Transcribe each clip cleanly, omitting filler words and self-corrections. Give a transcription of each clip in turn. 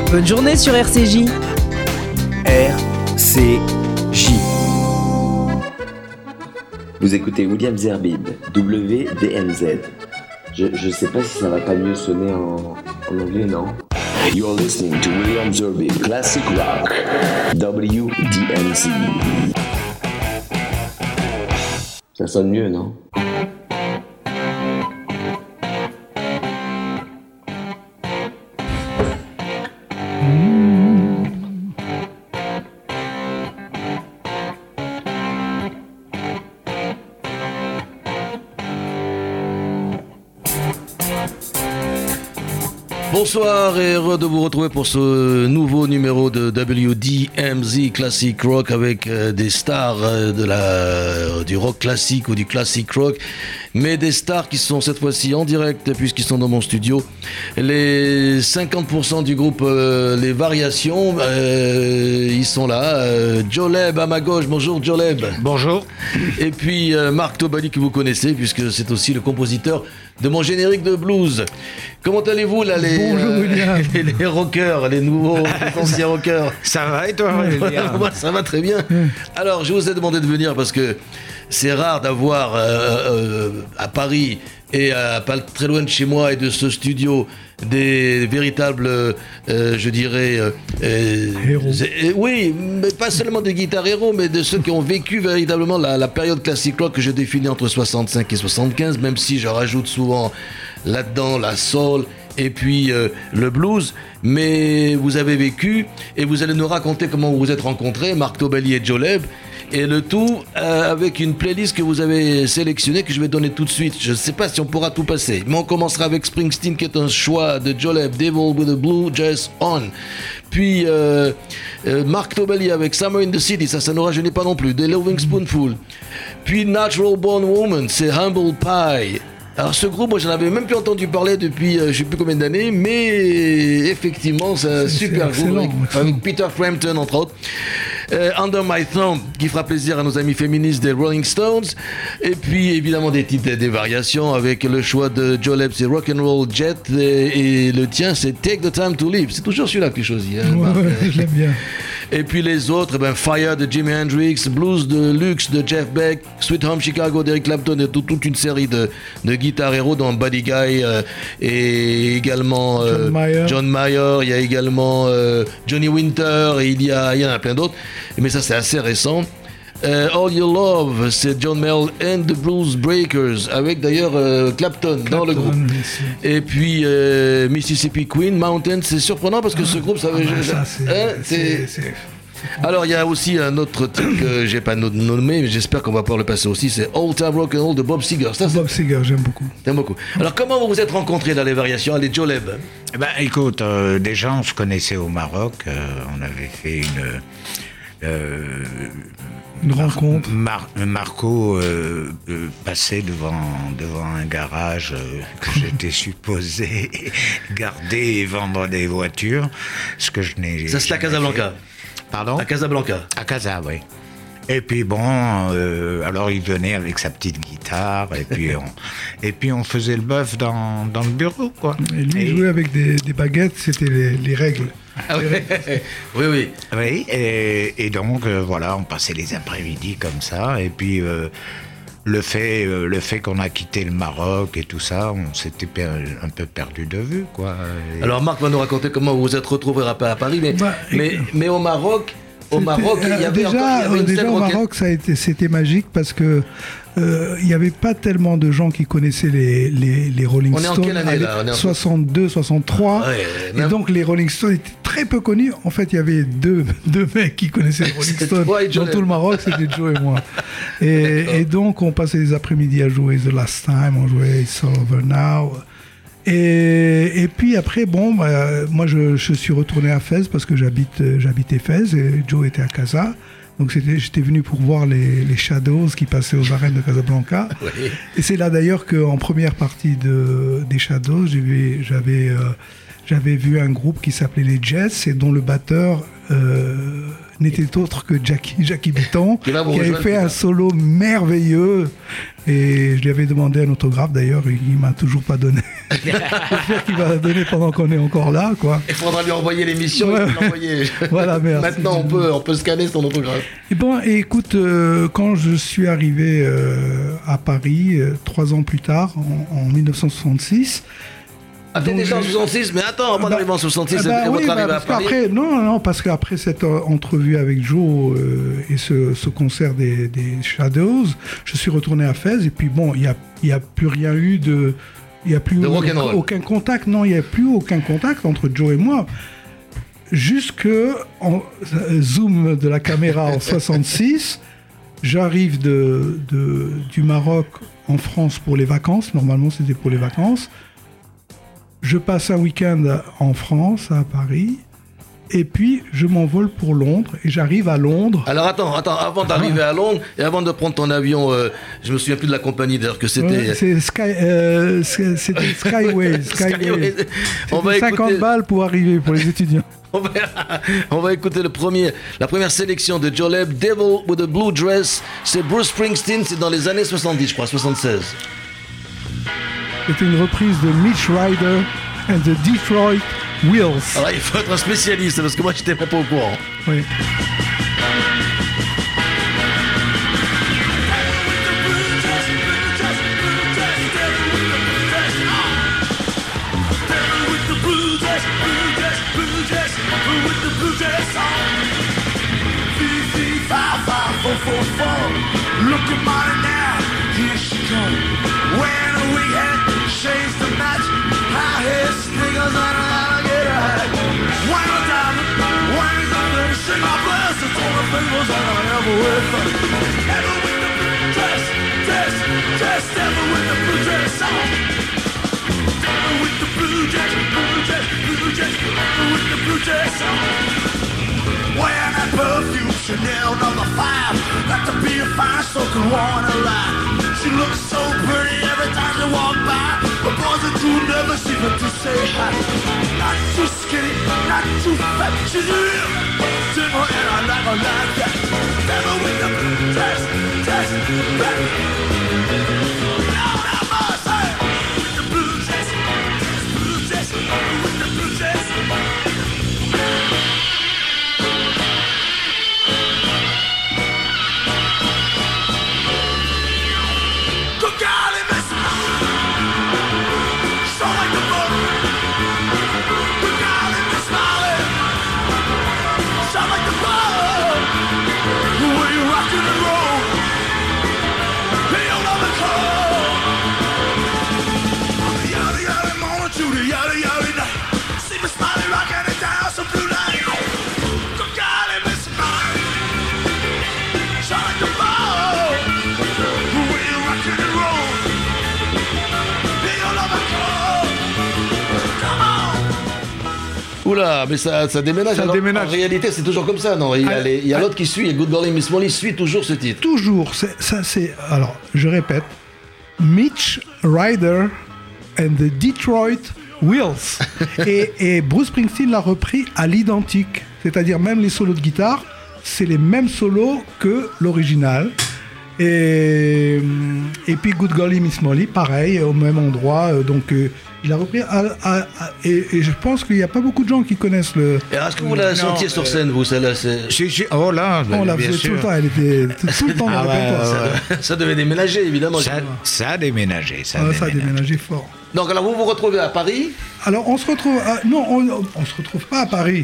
Bonne journée sur RCJ. RCJ. Vous écoutez William Zerbib, WDMZ. Je sais pas si ça va pas mieux sonner en anglais, non? You're listening to William Zerbib, Classic Rock, WDMZ. Ça sonne mieux, non? Bonsoir et heureux de vous retrouver pour ce nouveau numéro de WDMZ Classic Rock avec des stars du rock classique ou du classic rock, mais des stars qui sont cette fois-ci en direct puisqu'ils sont dans mon studio. Les 50% du groupe Les Variations, ils sont là. Joleb à ma gauche, bonjour Joleb. Bonjour. Et puis Marc Tobali que vous connaissez puisque c'est aussi le compositeur de mon générique de blues. Comment allez-vous là les rockers, les nouveaux, les anciens rockers? Ça va et toi William? Moi ça va très bien. Alors je vous ai demandé de venir parce que c'est rare d'avoir à Paris et pas très loin de chez moi et de ce studio des véritables, je dirais... héros. Oui, mais pas seulement des guitares héros, mais de ceux qui ont vécu véritablement la période classique rock que je définis entre 65 et 75, même si je rajoute souvent là-dedans la soul et puis le blues. Mais vous avez vécu et vous allez nous raconter comment vous vous êtes rencontrés, Marc Tobali et Joleb. Et le tout avec une playlist que vous avez sélectionnée que je vais donner tout de suite. Je ne sais pas si on pourra tout passer, mais on commencera avec Springsteen qui est un choix de Joleb, Devil with a Blue Dress On. Puis Marc Tobali avec Summer in the City, ça ne rajeunit pas non plus, The Loving Spoonful. Puis Natural Born Woman, c'est Humble Pie. Alors ce groupe, moi j'en avais même plus entendu parler depuis je sais plus combien d'années, mais effectivement c'est un super groupe avec Peter Frampton entre autres. Under My Thumb qui fera plaisir à nos amis féministes des Rolling Stones, et puis évidemment des titres des variations avec le choix de Joleb, c'est Rock'n'Roll Jet et le tien c'est Take the Time to Live. C'est toujours celui-là que tu choisis, hein, Marc? Ouais, je l'aime bien. Et puis les autres, Fire de Jimi Hendrix, Blues de Lux de Jeff Beck, Sweet Home Chicago d'Eric Clapton et toute une série de guitares héros dont Buddy Guy et également John Mayer, il y a également Johnny Winter et il y en a plein d'autres, mais ça c'est assez récent. All Your Love, c'est John Mayall and the Blues Breakers, avec d'ailleurs Clapton dans le groupe. Ici. Et puis Mississippi Queen, Mountain, c'est surprenant parce que ce groupe, ça c'est... Alors il y a aussi un autre titre que j'ai pas nommé, mais j'espère qu'on va pouvoir le passer aussi, c'est Old Time Rock'n'Roll de Bob Seger. Bob Seger, j'aime beaucoup. T'aimes beaucoup. Alors comment vous vous êtes rencontrés dans les variations? Allez, Joleb. Écoute, déjà on se connaissait au Maroc, on avait fait une rencontre. Marco passait devant un garage que j'étais supposé garder et vendre des voitures, ce que je n'ai. Ça c'est à Casablanca. Pardon? À Casablanca. À Casa, oui. Et puis bon, alors il venait avec sa petite guitare et puis on faisait le bœuf dans le bureau, quoi. Et lui jouait avec des baguettes, c'était les règles. Ah ouais. Oui. Oui, et donc voilà, on passait les après-midi comme ça, et puis le fait qu'on a quitté le Maroc et tout ça, on s'était un peu perdu de vue, quoi. Alors Marc va nous raconter comment vous vous êtes retrouvés à Paris, mais au Maroc, il y avait déjà au Maroc, c'était magique parce que il n'y avait pas tellement de gens qui connaissaient les Rolling Stones. On est en quelle année là? 62, 63. Ouais, et donc les Rolling Stones étaient très peu connus. En fait, il y avait deux mecs qui connaissaient les Rolling Stones dans tout le Maroc, c'était Joe et moi. Et donc on passait les après-midi à jouer The Last Time, on jouait It's All Over Now. Et puis après, moi je suis retourné à Fès parce que j'habitais Fès et Joe était à Casa. Donc j'étais venu pour voir les Shadows qui passaient aux arènes de Casablanca. Oui. Et c'est là d'ailleurs qu'en première partie des Shadows, j'avais vu un groupe qui s'appelait les Jets et dont le batteur n'était autre que Jackie Beaton, qui avait fait un solo merveilleux. Et je lui avais demandé un autographe d'ailleurs, il m'a toujours pas donné. J'espère qu'il va donner pendant qu'on est encore là, quoi. Il faudra lui envoyer l'émission, il peut l'envoyer. Voilà, merci. Maintenant, on peut scanner son autographe. Et bon, écoute, quand je suis arrivé à Paris, 3 ans plus tard, en 1966. Ah, t'es déjà en 66, mais attends, avant d'arriver en 66, c'est votre arrivée à Paris. Parce qu'après cette entrevue avec Joe et ce concert des Shadows, je suis retourné à Fès, et puis bon, il n'y a plus rien eu de... Il n'y a plus aucun contact. Non, il n'y a plus aucun contact entre Joe et moi. Jusque en zoom de la caméra en 66, j'arrive du Maroc en France pour les vacances. Normalement, c'était pour les vacances. Je passe un week-end en France, à Paris, et puis je m'envole pour Londres, et j'arrive à Londres. Alors attends, avant d'arriver à Londres, et avant de prendre ton avion, je me souviens plus de la compagnie d'ailleurs que c'était... c'était Skyways. On va 50 balles pour arriver, pour les étudiants. On va écouter la première sélection de Joleb, Devil with a Blue Dress. C'est Bruce Springsteen, c'est dans les années 70, je crois, 76. C'était une reprise de Mitch Ryder and the Detroit Wheels. Alors il faut être un spécialiste parce que moi je n'étais pas au courant. Oui. Looking mighty now, here she comes. Wearing a wig hat, shades to match, high hair, sneakers, and an alligator hat. Wang a diamond, wang a thing, sing my blast, it's all the fingers that I ever wear. Ever with the blue dress, ever with the blue dress on. Ever with the blue dress, ever with the blue dress on. Wearing that perfume, Chanel No. 5. Got to be a fine soaking woman alive. She looks so pretty every time she walk by. The boys are too nervous even to say hi. Not too skinny, not too fat. She's real simple and I like her like that. Never with the blue dress, back. Lord have mercy. With the blue dress, with the blue dress. Oula, mais ça déménage. Ça déménage. En réalité, c'est toujours comme ça, non? Il y a l'autre qui suit, et Good Golly Miss Molly suit toujours ce titre. Toujours. Alors, je répète. Mitch Ryder and the Detroit Wheels. et Bruce Springsteen l'a repris à l'identique. C'est-à-dire, même les solos de guitare, c'est les mêmes solos que l'original. Et puis Good Golly Miss Molly, pareil, au même endroit. Donc, il a repris. Et je pense qu'il n'y a pas beaucoup de gens qui connaissent le. Et est-ce que vous la sentiez sur scène, vous, celle-là? Oh là, on la faisait tout le temps. Elle était tout le temps dans le répertoire. Ça devait déménager, évidemment. Ça a déménagé. Ça a déménagé fort. Donc, alors, vous vous retrouvez à Paris? Alors, on se retrouve. Non, on se retrouve pas à Paris.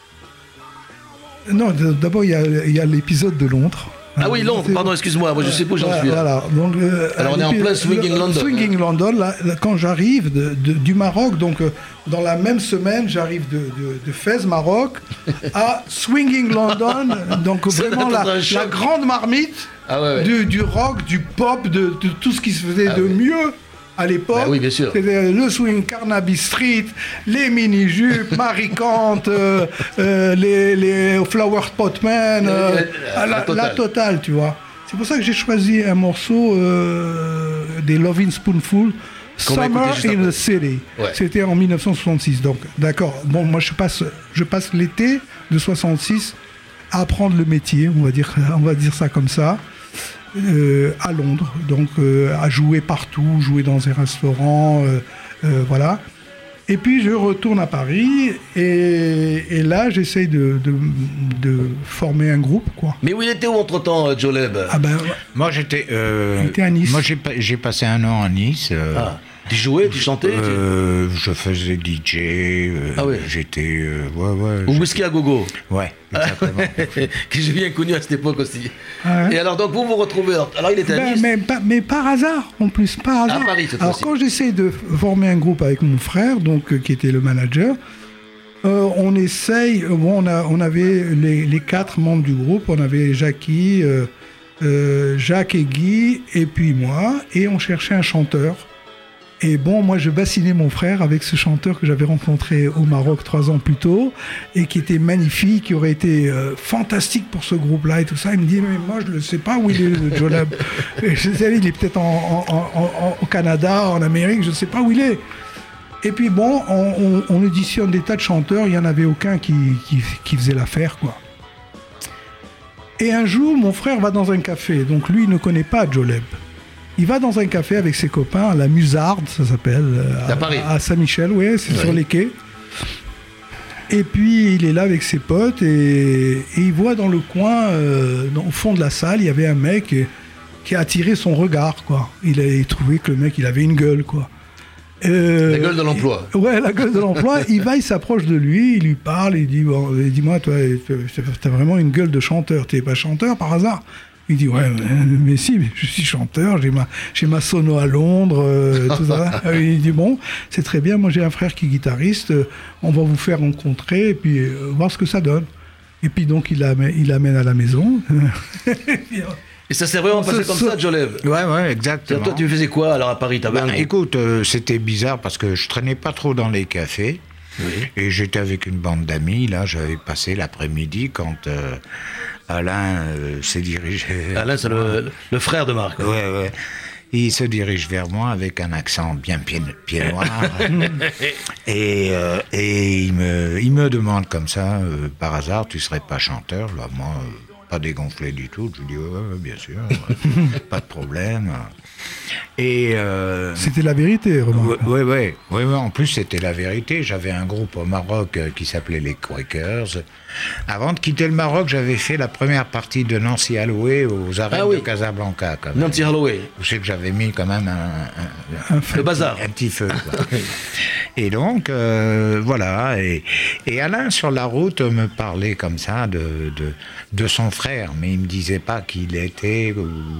Non, d'abord, il y a l'épisode de Londres. Ah oui, Londres, pardon, excuse-moi, moi je sais pas où j'en suis. Voilà. Donc, alors on est en plein Swinging London. Swinging London, là, quand j'arrive du Maroc, donc dans la même semaine, j'arrive de Fès, Maroc, à Swinging London, donc vraiment la grande marmite du rock, du pop, de tout ce qui se faisait de mieux à l'époque. Bah oui, bien sûr. C'était le swing Carnaby Street, les mini-jupes, Marie Kant, les Flower Potman, la totale, tu vois. C'est pour ça que j'ai choisi un morceau des Lovin' Spoonful, Summer in the City. Ouais. C'était en 1966, donc d'accord. Bon, moi je passe l'été de 66 apprendre le métier, on va dire ça comme ça, à Londres. Donc à jouer partout, jouer dans un restaurant, voilà. Et puis je retourne à Paris et là j'essaye de former un groupe, quoi. Mais où il était où entre-temps, Joleb? Ah ben, Moi, j'étais à Nice. Moi, j'ai passé un an à Nice. Tu jouais, tu chantais Je faisais DJ. Ouais. J'étais. Ou whisky à gogo. Ouais, exactement. Que j'ai bien connu à cette époque aussi. Ah ouais. Et alors, donc, vous vous retrouvez. Alors, il était à Nice. Mais par hasard, en plus, par hasard. À Paris, cette Alors, fois-ci. quand j'essaie de former un groupe avec mon frère, donc qui était le manager, on essaye. Bon, on avait les 4 membres du groupe. On avait Jackie, Jacques et Guy, et puis moi, et on cherchait un chanteur. Et bon, moi, je bassinais mon frère avec ce chanteur que j'avais rencontré au Maroc 3 ans plus tôt et qui était magnifique, qui aurait été fantastique pour ce groupe-là et tout ça. Il me dit, mais moi, je ne sais pas où il est, le Joleb. Je sais, il est peut-être au Canada, en Amérique, je ne sais pas où il est. Et puis bon, on auditionne des tas de chanteurs, il n'y en avait aucun qui faisait l'affaire, quoi. Et un jour, mon frère va dans un café, donc lui, il ne connaît pas Joleb. Il va dans un café avec ses copains, à la Musarde, ça s'appelle, à Saint-Michel, ouais, c'est sur les quais. Et puis il est là avec ses potes et il voit dans le coin, au fond de la salle, il y avait un mec qui a attiré son regard, quoi. Il a trouvé que le mec, il avait une gueule, quoi. La gueule de l'emploi. Ouais, la gueule de l'emploi. Il s'approche de lui, il lui parle, il dit, bon, dis-moi, toi, t'as vraiment une gueule de chanteur. T'es pas chanteur par hasard? Il dit, ouais, mais si, je suis chanteur, j'ai ma sono à Londres, tout ça. Il dit, bon, c'est très bien, moi j'ai un frère qui est guitariste, on va vous faire rencontrer et puis voir ce que ça donne. Et puis donc il l'amène à la maison. Et ça s'est vraiment passé comme ça, Joleb? Ouais, exactement. Toi, tu faisais quoi alors à Paris? Écoute, c'était bizarre parce que je traînais pas trop dans les cafés. Oui. Et j'étais avec une bande d'amis. Là, j'avais passé l'après-midi quand Alain s'est dirigé. Alain, c'est le frère de Marc. Ouais. Il se dirige vers moi avec un accent bien pied noir. et il me demande comme ça, par hasard, tu serais pas chanteur? Là, moi, pas dégonflé du tout. Je lui dis, ouais, bien sûr, pas de problème. Et c'était la vérité, remarque. Oui, en plus c'était la vérité. J'avais un groupe au Maroc qui s'appelait les Quakers. Avant de quitter le Maroc, j'avais fait la première partie de Nancy Holloway aux arènes de Casablanca. Nancy Holloway. Je sais que j'avais mis quand même le bazar. Un petit feu. Et donc, voilà. Et Alain, sur la route, me parlait comme ça de son frère, mais il me disait pas qui il était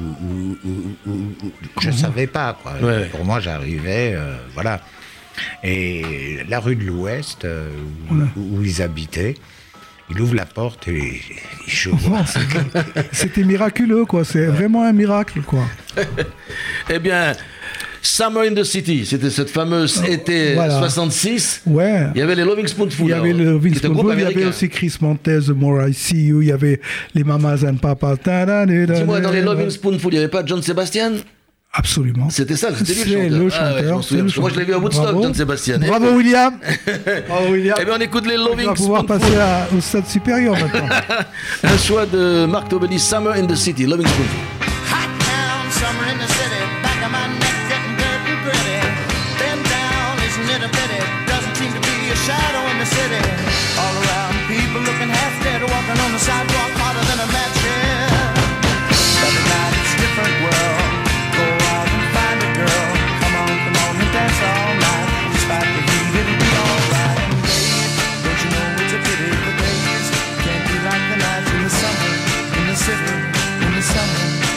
je savais pas, quoi. Ouais. Pour moi, j'arrivais, voilà. Et la rue de l'Ouest, où ils habitaient, il ouvre la porte et je vois. C'était miraculeux, quoi. C'est vraiment un miracle, quoi. Eh bien, Summer in the City, c'était cette fameuse été 66. Ouais. Il y avait les Loving Spoonful. Il y avait le Loving Spoonful, il y avait aussi Chris Montez, The More I See You, il y avait les Mamas and Papas. Dis-moi, dans les Loving Spoonful, il n'y avait pas John Sebastian? Absolument. C'était ça, c'était lui le chanteur. je m'en souviens, moi je l'ai vu à Woodstock, Bravo. John Sebastian. Bravo William. Bravo William. Eh bien on écoute les Loving Spoonful. On va pouvoir passer au stade supérieur maintenant. Un choix de Marc Tobelli, Summer in the City, Loving Spoonful. Hot town, summer in the city, back of my neck getting dirt and gritty. Bend down, isn't it a pity? Doesn't seem to be a shadow in the city. All around, people looking half dead, walking on the sidewalk harder than a match here. But tonight it's a different world. Go out and find a girl. Come on, and dance all night. Despite the heat, it'll be alright. And babe, don't you know it's a pity the days can't be like the nights in the summer, in the city, in the summer.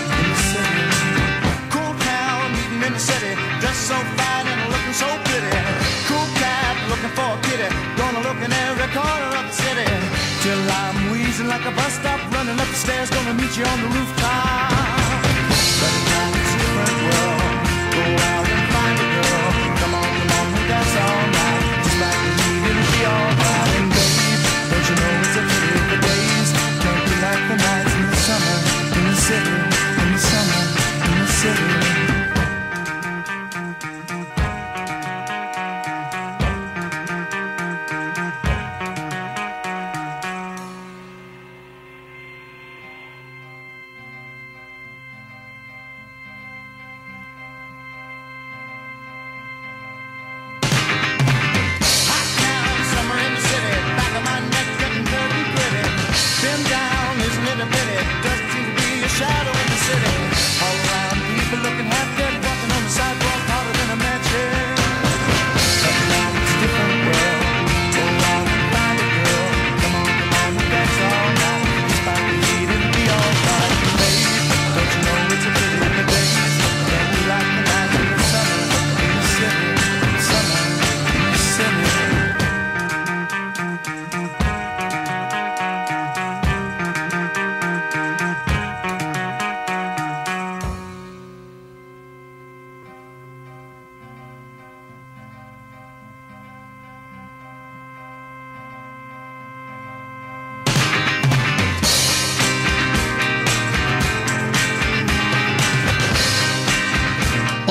In the city, dressed so fine and looking so pretty. Cool cat looking for a kitty. Gonna look in every corner of the city till I'm wheezing like a bus stop, running up the stairs. Gonna meet you on the rooftop. But now it's a different world. Go out and find a girl. Come on, and dance all night. Just like the heat, it'll be alright. And babe, don't you know it's a pity the days can't be like the nights in the summer, in the city, in the summer, in the city.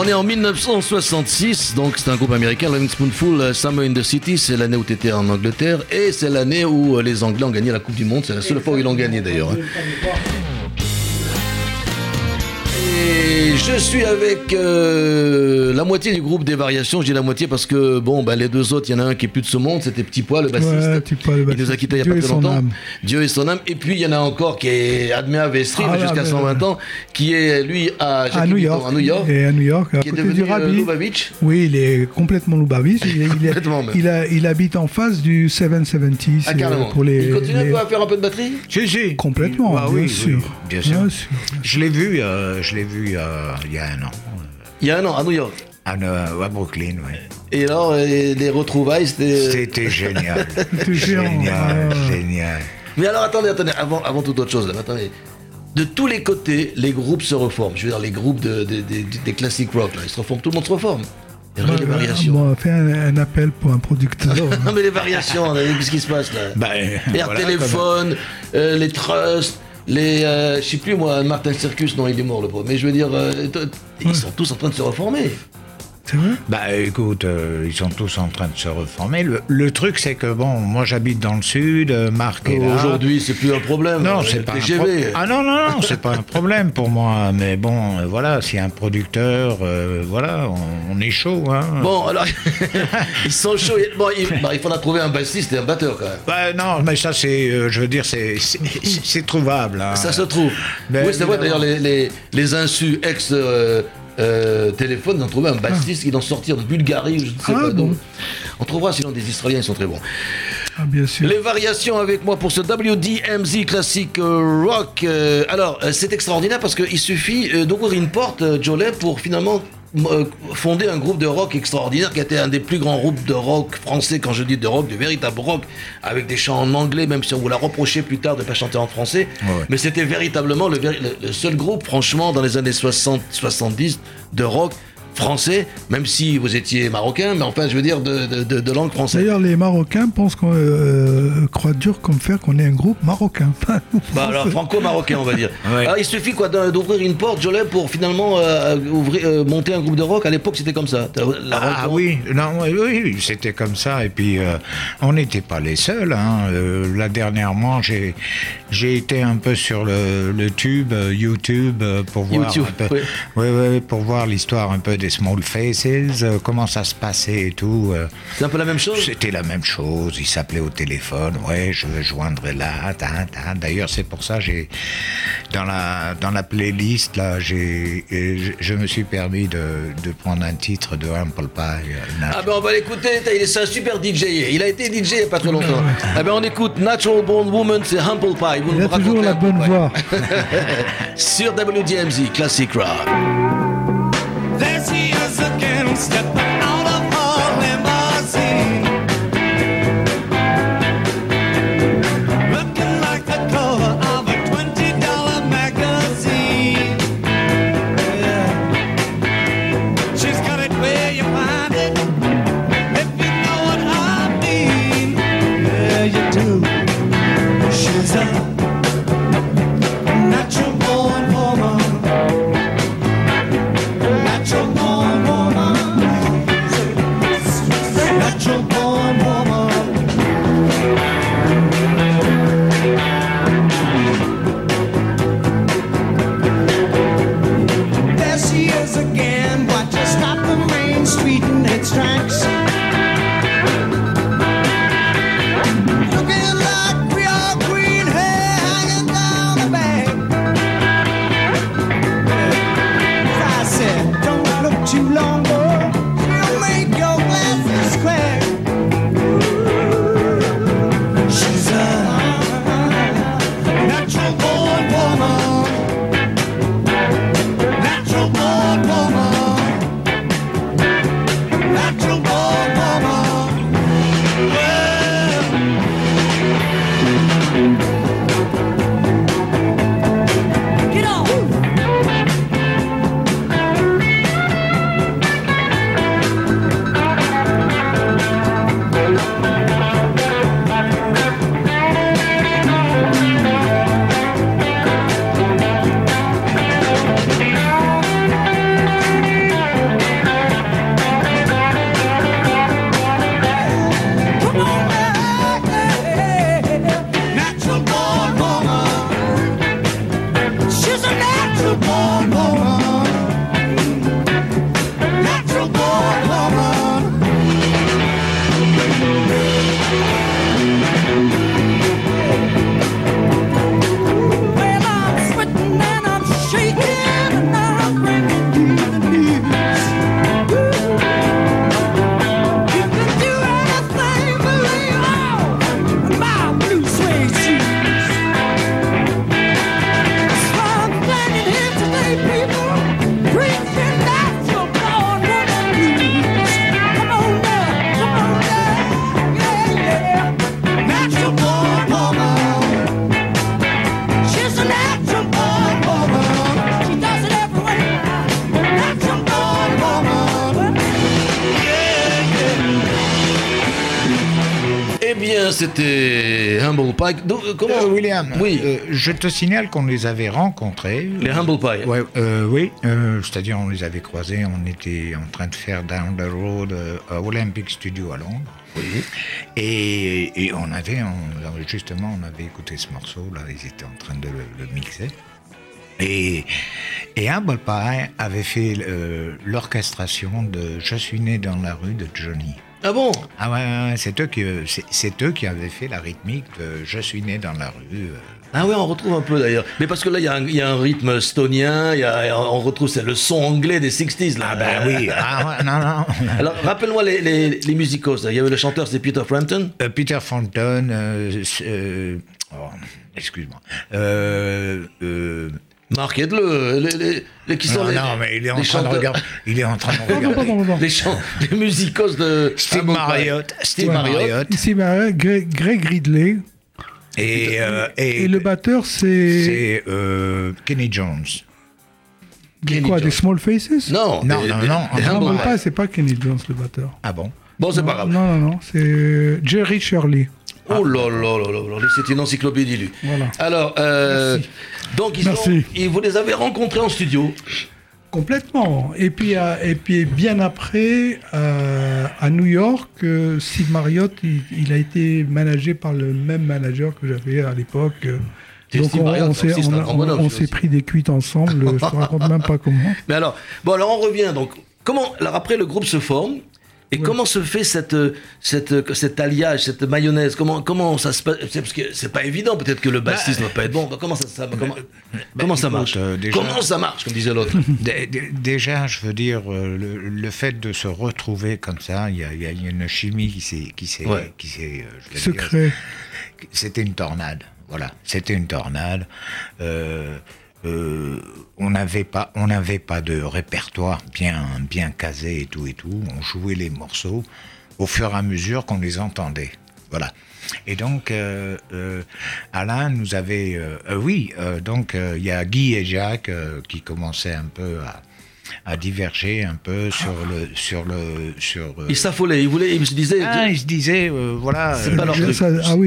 On est en 1966, donc c'est un groupe américain, Loving Spoonful, Summer in the City, c'est l'année où tu étais en Angleterre, et c'est l'année où les Anglais ont gagné la Coupe du Monde, c'est la seule fois où ils l'ont gagné d'ailleurs. Et je suis avec la moitié du groupe des Variations. Je dis la moitié parce que les deux autres, il y en a un qui est plus de ce monde, c'était Petit Pois, le bassiste. Ouais, Petit Pois, le bassiste. Il nous a quittés il n'y a pas très longtemps. Dieu et son âme. Et puis il y en a encore qui est Admea Vestri, jusqu'à 120 ans, qui est lui à New York. Et à New York, qui est devenu Lubavitch. Oui, il est complètement Lubavitch. Il habite en face du 770. Carrément. Il continue un peu à faire un peu de batterie. Si. Complètement, bien sûr. Bien sûr. Je l'ai vu il y a un an. Il y a un an, à New York. À Brooklyn, oui. Et alors, les retrouvailles, C'était génial. Génial. Mais alors, attendez, avant toute autre chose, là, attendez. De tous les côtés, les groupes se reforment. Je veux dire, les groupes des classiques rock, là, ils se reforment, tout le monde se reforme. Il y a les variations. On fait un appel pour un producteur. Non, mais les variations, qu'est-ce qui se passe là? Air Téléphone, les Trusts. Je sais plus moi, Martin Circus, non il est mort le pauvre, mais je veux dire, ils sont tous en train de se reformer. C'est vrai ? Écoute, ils sont tous en train de se reformer. Le truc c'est que moi j'habite dans le sud, Marc est là. Aujourd'hui c'est plus un problème. Non, c'est pas un problème. Ah non, c'est pas un problème pour moi. Mais voilà, si un producteur, on est chaud. Hein. Bon alors, ils sont chauds. Il faudra trouver un bassiste et un batteur quand même. Non, mais ça c'est, je veux dire, c'est trouvable. Hein. Ça se trouve. Oui, c'est vrai d'ailleurs les insus ex. Téléphone, on trouvait un bassiste qui d'en sortir de Bulgarie, je ne sais pas. Donc, on trouvera sinon des Israéliens, ils sont très bons. Bien sûr. Les variations avec moi pour ce WDMZ Classic Rock. Alors, c'est extraordinaire parce qu'il suffit d'ouvrir une porte, Jolet, pour finalement fonder un groupe de rock extraordinaire qui a été un des plus grands groupes de rock français, quand je dis de rock, de véritable rock, avec des chants en anglais, même si on vous l'a reproché plus tard de ne pas chanter en français. Ouais. Mais c'était véritablement le seul groupe, franchement, dans les années 60-70, de rock français, même si vous étiez marocain, mais enfin, je veux dire, de langue française. D'ailleurs, les Marocains pensent croient dur comme fer qu'on est un groupe marocain. Alors, franco-marocain, on va dire. Ouais. Alors, il suffit d'ouvrir une porte, Jolet, pour finalement monter un groupe de rock. À l'époque, c'était comme ça. Oui, c'était comme ça. Et puis, on n'était pas les seuls. Hein. Là, dernièrement, j'ai été un peu sur le tube, YouTube, pour voir pour voir l'histoire un peu des Small Faces, comment ça se passait et tout. C'est un peu la même chose? C'était la même chose, il s'appelait au téléphone, je veux joindre là, D'ailleurs, c'est pour ça, dans la playlist, là, je me suis permis de prendre un titre de Humble Pie. On va l'écouter, c'est un super DJ, il a été DJ il n'y a pas très longtemps. On écoute Natural Born Woman, c'est Humble Pie. Il a toujours la bonne voix. Sur WDMZ, Classic Rock. There she is again, stepping out of her limousine, looking like the cover of a $20 magazine. Yeah. She's got it where you find it, if you know what I mean. Yeah, you do. She's a natural born woman. Natural born woman. c'était Humble Pie. Comment William, Oui. Je te signale qu'on les avait rencontrés. Les Humble Pie. Ouais, oui, c'est-à-dire on les avait croisés, on était en train de faire Down the Road à Olympic Studio à Londres. Oui. Et on avait écouté ce morceau, là, ils étaient en train de le mixer. Et Humble Pie avait fait l'orchestration de Je suis né dans la rue de Johnny. Ah bon? Ah ouais, c'est eux qui avaient fait la rythmique de Je suis né dans la rue. Ah ouais, on retrouve un peu d'ailleurs. Mais parce que là, il y a un rythme stonien, on retrouve le son anglais des 60s. Là. Ah ben oui, non. Alors, rappelle-moi les musicos. Là. Il y avait le chanteur, c'est Peter Frampton. Peter Frampton, excuse-moi. Marc, aide-le. Qui sont mais il est en train de regarder. Il est en train de regarder. Les musicos de Steve Marriott. Greg Ridley. Et le batteur, c'est Kenny Jones. Des Small Faces? Non. Non, c'est pas Kenny Jones, le batteur. Ah bon? Bon, c'est pas grave. Non, c'est Jerry Shirley. Oh là là, c'est une encyclopédie, lui. Voilà. Alors, donc vous les avez rencontrés en studio. Complètement. Et puis bien après, à New York, Steve Marriott, il a été managé par le même manager que j'avais à l'époque. Donc on s'est pris des cuites ensemble. Je te raconte même pas comment. Mais alors on revient. Donc alors après le groupe se forme. Et comment se fait cet alliage, cette mayonnaise? Comment ça se passe? Parce que c'est pas évident, peut-être que le bassiste ne va pas être bon. Comment ça marche? Comment ça marche, comme disait l'autre? Déjà, je veux dire, le fait de se retrouver comme ça, il y a une chimie qui s'est secret. C'était une tornade. Voilà, c'était une tornade. On n'avait pas de répertoire bien casé et tout. On jouait les morceaux au fur et à mesure qu'on les entendait. Voilà. Et donc, Alain nous avait... il y a Guy et Jacques qui commençaient un peu à diverger un peu Ils s'affolaient, ils se disaient... voilà... C'est pas leur truc.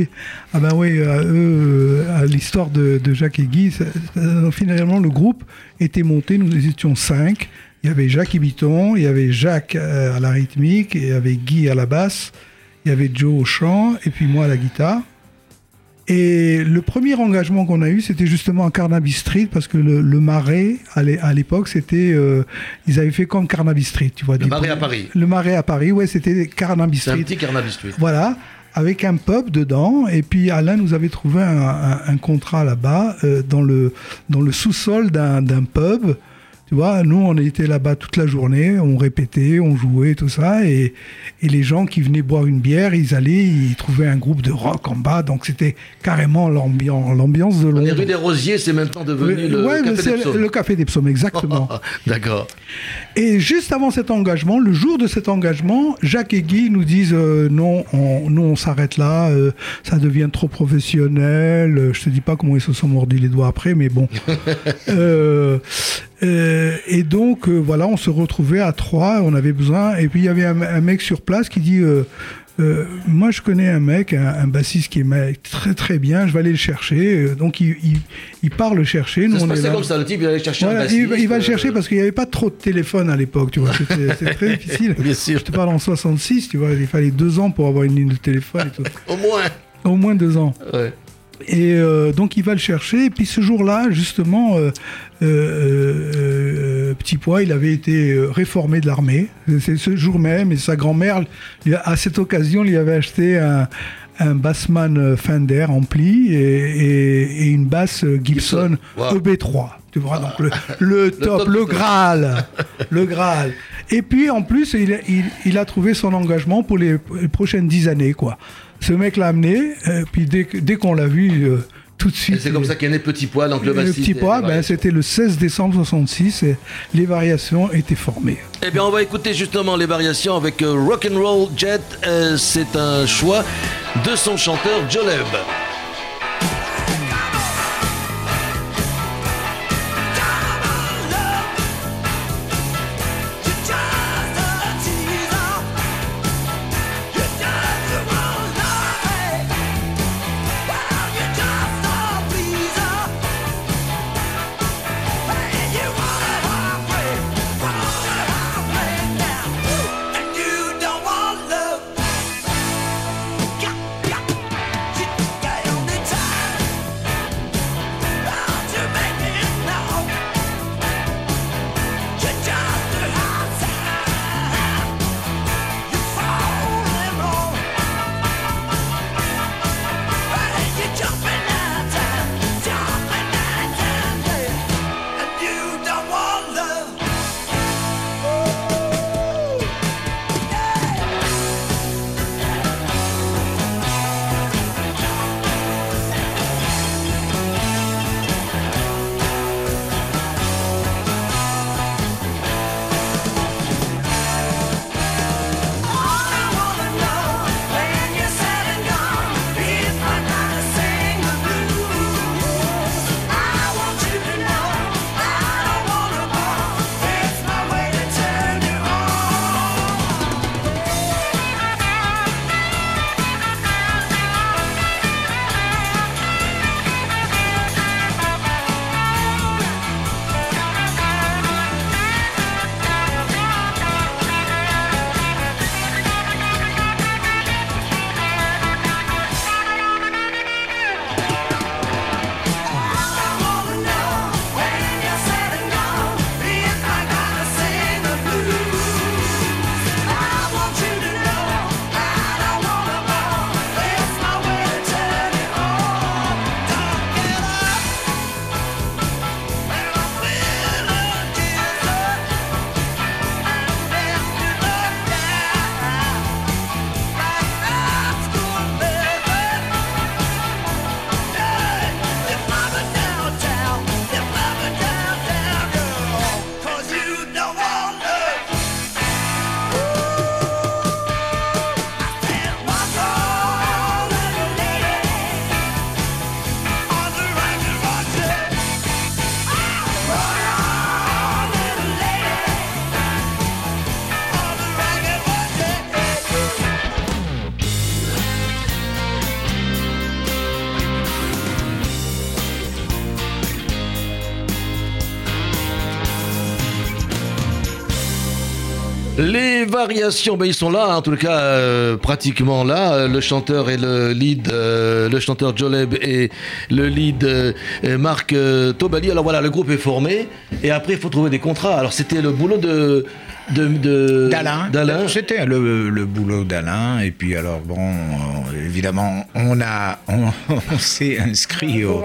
À l'histoire de Jacques et Guy, finalement, le groupe était monté, nous étions 5. Il y avait Jacques Ibiton, il y avait Jacques à la rythmique, il y avait Guy à la basse, il y avait Joe au chant, et puis moi à la guitare. Et le premier engagement qu'on a eu, c'était justement à Carnaby Street, parce que le Marais, à l'époque, c'était... ils avaient fait comme Carnaby Street, tu vois. Le Marais à Paris. Le Marais à Paris, ouais, c'était Carnaby Street. C'est un petit Carnaby Street. Voilà, avec un pub dedans. Et puis Alain nous avait trouvé un contrat là-bas, dans le sous-sol d'un pub. Tu vois, nous, on était là-bas toute la journée, on répétait, on jouait, tout ça, et les gens qui venaient boire une bière, ils trouvaient un groupe de rock en bas, donc c'était carrément l'ambiance de Londres. Les rues des Rosiers, c'est maintenant devenu le Café des Psaumes. Le Café des Psaumes, exactement. D'accord. Et juste avant cet engagement, le jour de cet engagement, Jacques et Guy nous disent non, on s'arrête là, ça devient trop professionnel, je te dis pas comment ils se sont mordus les doigts après, mais bon. Et donc, voilà, on se retrouvait à 3, on avait besoin. Et puis, il y avait un mec sur place qui dit moi, je connais un mec, un bassiste qui est très très bien, je vais aller le chercher. Donc, il part le chercher. Ça se passait comme ça, le type, il allait chercher un bassiste. Il va le chercher parce qu'il n'y avait pas trop de téléphone à l'époque, tu vois. C'était très difficile. Bien sûr. Je te parle en 66, tu vois, il fallait 2 ans pour avoir une ligne de téléphone et tout. Au moins 2 ans. Ouais. Et donc il va le chercher, et puis ce jour-là, justement, Petit Pois, il avait été réformé de l'armée. C'est ce jour même, et sa grand-mère, à cette occasion, lui avait acheté un Bassman Fender ampli et une basse Gibson EB3. Tu vois, donc le top, le Graal. Le Graal. Et puis en plus, il a trouvé son engagement pour les prochaines 10 années, quoi. Ce mec l'a amené, puis dès qu'on l'a vu, tout de suite... Et c'est comme ça qu'est né Petit Pois, donc le bassiste. Petit Pois, c'était le 16 décembre 66, et les variations étaient formées. Eh bien, on va écouter justement les variations avec Rock'n'Roll Jet. C'est un choix de son chanteur Joleb. Les variations, ben ils sont là, en tout cas pratiquement là. Le chanteur et le lead, le chanteur Joleb et le lead Marc Tobali. Alors voilà, le groupe est formé et après il faut trouver des contrats. Alors c'était le boulot d'Alain. C'était le boulot d'Alain. Et puis alors bon, évidemment, on s'est inscrit au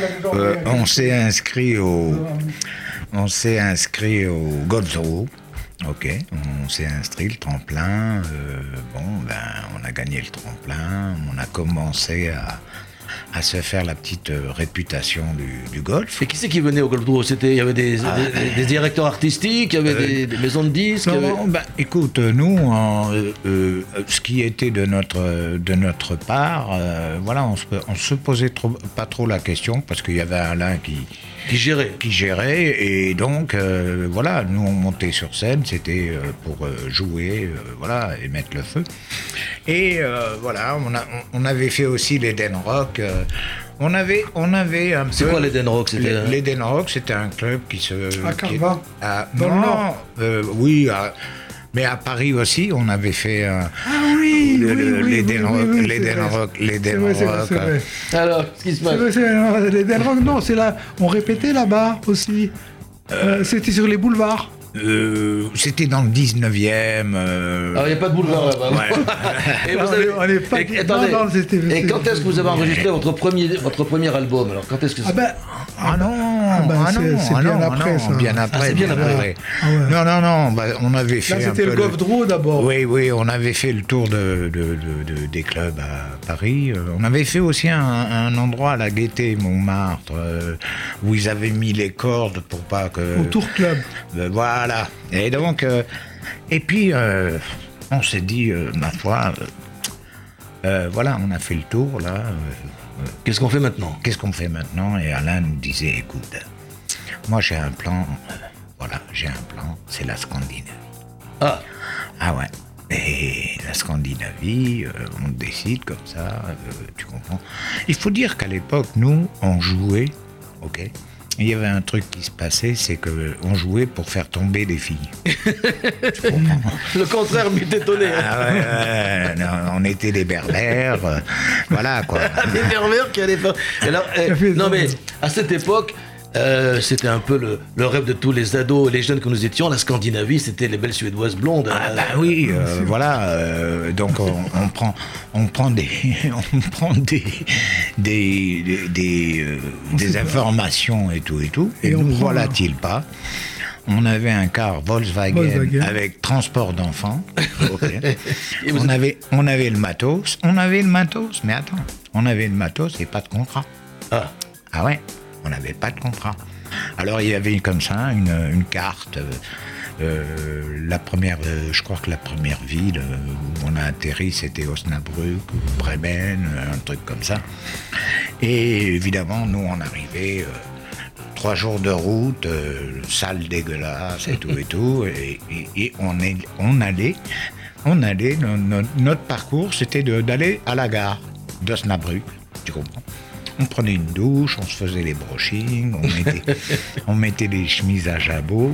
Goldsrow. Ok, on s'est inscrit le tremplin. On a gagné le tremplin. On a commencé à se faire la petite réputation du golf. Et qui c'est qui venait au Goldsrow ? Il y avait des directeurs artistiques, il y avait des maisons de disques. Écoute, nous, ce qui était de notre part, on se posait pas trop la question parce qu'il y avait Alain qui gérait, et donc nous on montait sur scène, c'était pour jouer, et mettre le feu. Et on avait fait aussi l'Eden Rock. On avait un peu. C'est quoi l'Eden Rock ? L'Eden Rock, c'était un club qui se. À Carva. Dans le Nord. Oui. Mais à Paris aussi, on avait fait l'Eden Rock. C'est vrai. Alors, ce qui se passe ? L'Eden Rock, non, c'est là. On répétait là-bas aussi. C'était sur les boulevards. C'était dans le 19e. Alors, il n'y a pas de boulevard là-bas. Ouais. Et vous avez... Et quand est-ce que vous avez enregistré votre premier album ? Alors, quand est-ce que c'est bien après, ça. Bien après. C'est bien après. Ouais. Non. On avait fait. Là, c'était le Goldsrow d'abord. Oui, on avait fait le tour des clubs à Paris. On avait fait aussi un endroit à la Gaîté, Montmartre, où ils avaient mis les cordes pour pas que. Au Tour Club. Voilà. Et donc, et puis, on s'est dit, ma foi, on a fait le tour, là. Qu'est-ce qu'on fait maintenant ? Et Alain nous disait, écoute, moi j'ai un plan, c'est la Scandinavie. Ah ouais. Et la Scandinavie, on décide comme ça, tu comprends. Il faut dire qu'à l'époque, nous, on jouait, ok. Il y avait un truc qui se passait, c'est qu'on jouait pour faire tomber les filles. Le contraire m'est étonné. Non, on était des berbères, voilà quoi. Des berbères qui allaient faire... mais à cette époque, c'était un peu le rêve de tous les ados et les jeunes que nous étions. La Scandinavie, c'était les belles Suédoises blondes. Donc on prend des informations et tout. Et nous voilà-t-il pas. On avait un car Volkswagen avec transport d'enfants. Okay. on avait le matos. Mais attends, on avait le matos et pas de contrat. Ah ouais. On n'avait pas de contrat. Alors il y avait comme ça une carte. La première, je crois que la première ville où on a atterri, c'était Osnabrück ou Bremen, un truc comme ça. Et évidemment, nous on arrivait 3 jours de route, salle dégueulasse et tout, et on allait. Notre parcours, c'était d'aller à la gare d'Osnabrück, tu comprends. On prenait une douche, on se faisait les brushings, on mettait les chemises à jabot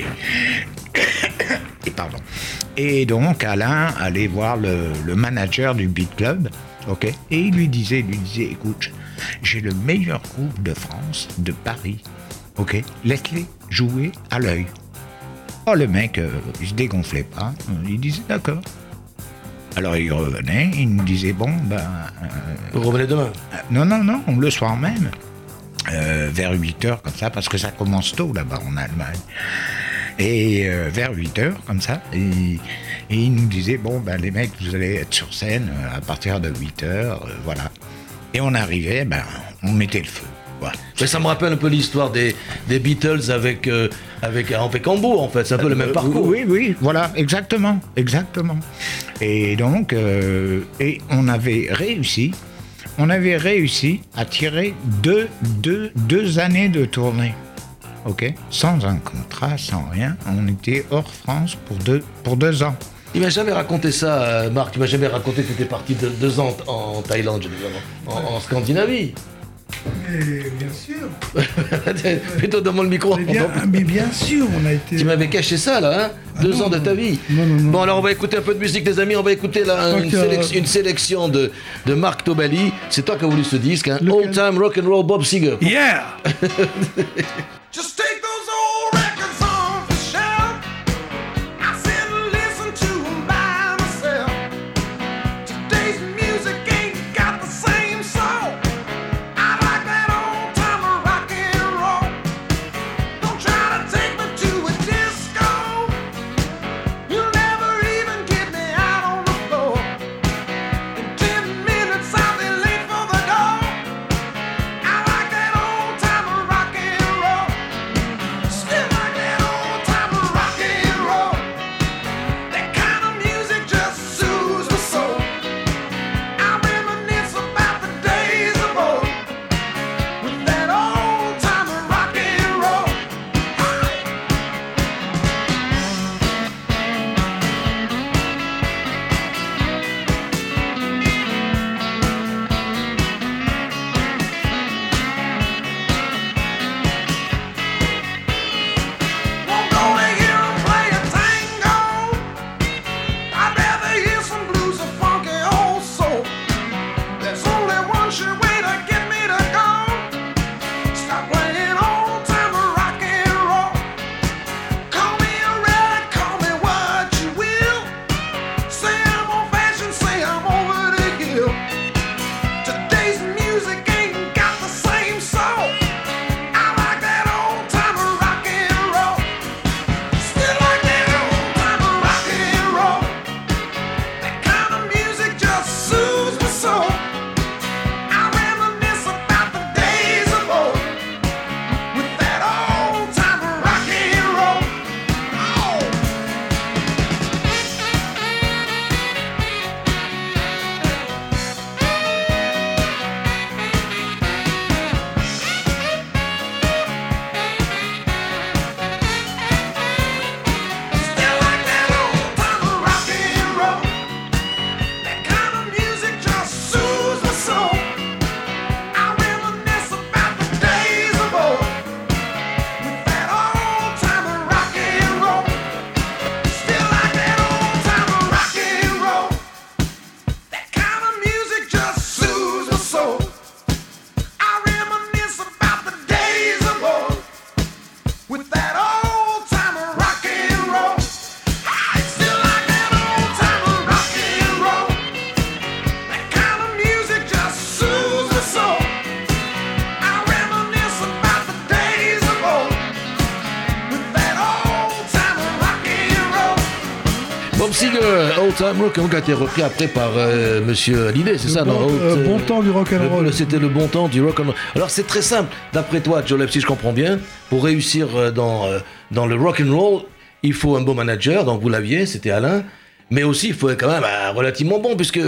et donc Alain allait voir le manager du Beat Club, ok, et il lui disait, écoute, j'ai le meilleur groupe de France, de Paris, ok, laisse-les jouer à l'œil. Oh, le mec, il se dégonflait pas, il disait d'accord. Alors il revenait, il nous disait vous revenez demain ? Non, le soir même, vers 8h comme ça, parce que ça commence tôt là-bas en Allemagne. Et vers 8h comme ça, et il nous disait les mecs, vous allez être sur scène à partir de 8h, voilà. Et on arrivait, on mettait le feu. Voilà. Mais ça me rappelle un peu l'histoire des Beatles avec Henri Cambo, en fait, c'est un peu le même parcours. Oui, voilà, exactement. Et donc, et on avait réussi à tirer deux années de tournée, ok, sans un contrat, sans rien. On était hors France pour 2 ans. Il m'a jamais raconté ça, Marc. Il m'a jamais raconté que tu étais parti de 2 ans en Thaïlande, en Scandinavie. Mais bien sûr. Plutôt dans le micro. Mais bien sûr, on a été... Tu m'avais caché ça, là, hein, 2 ans de ta vie. Non. Bon, alors on va écouter un peu de musique, les amis. On va écouter là, une sélection de Marc Tobali. C'est toi qui as voulu ce disque, hein. Old Time Rock and Roll Bob Seger. Yeah. Just take those old records off the shelf. I sit and listen to them by myself. Today's music ain't got the same soul. I like that old time rock and roll. Don't try to take me to a disco. You'll never even get me out on the floor. In 10 minutes I'll be late for the door. I like that old time rock and roll. Still like that old time rock and roll. That kind of music just soothes my soul. I reminisce about the days of old with that old time rock and roll. Won't go to hear 'em play a tango. I'd rather hear some blues or funky old soul. There's only one sure way to get me to go. Stop playing old time rock and roll. Call me a relic, call me what you will. Say I'm old fashioned, say I'm over the hill. Today's music ain't got the same soul. I like that old time rock and roll. Still like that old time rock and roll. That kind of music just soothes my soul. I reminisce about the days of old with that old time rock and roll. Oh. Still like that old time rock and roll. That kind of music just soothes my soul. I reminisce about the days of old with that old time rock and roll. Still like that old time rock and roll. That kind of music just soothes my soul. I reminisce about the days of old with that old time rock and roll. I still like that old time rock and roll. That kind of music just soothes my soul. I reminisce about the days of old with that old time rock and roll. Bob Seger, Old Time Rock and Roll, qui a été repris après par Monsieur Hallyday, c'est ça, non? Bon temps du rock and roll. C'était le bon temps du rock and roll. Alors c'est très simple, d'après toi, Jolep, si je comprends bien, pour réussir dans le rock and roll, il faut un bon manager, donc vous l'aviez, c'était Alain, mais aussi il faut être quand même relativement bon, puisque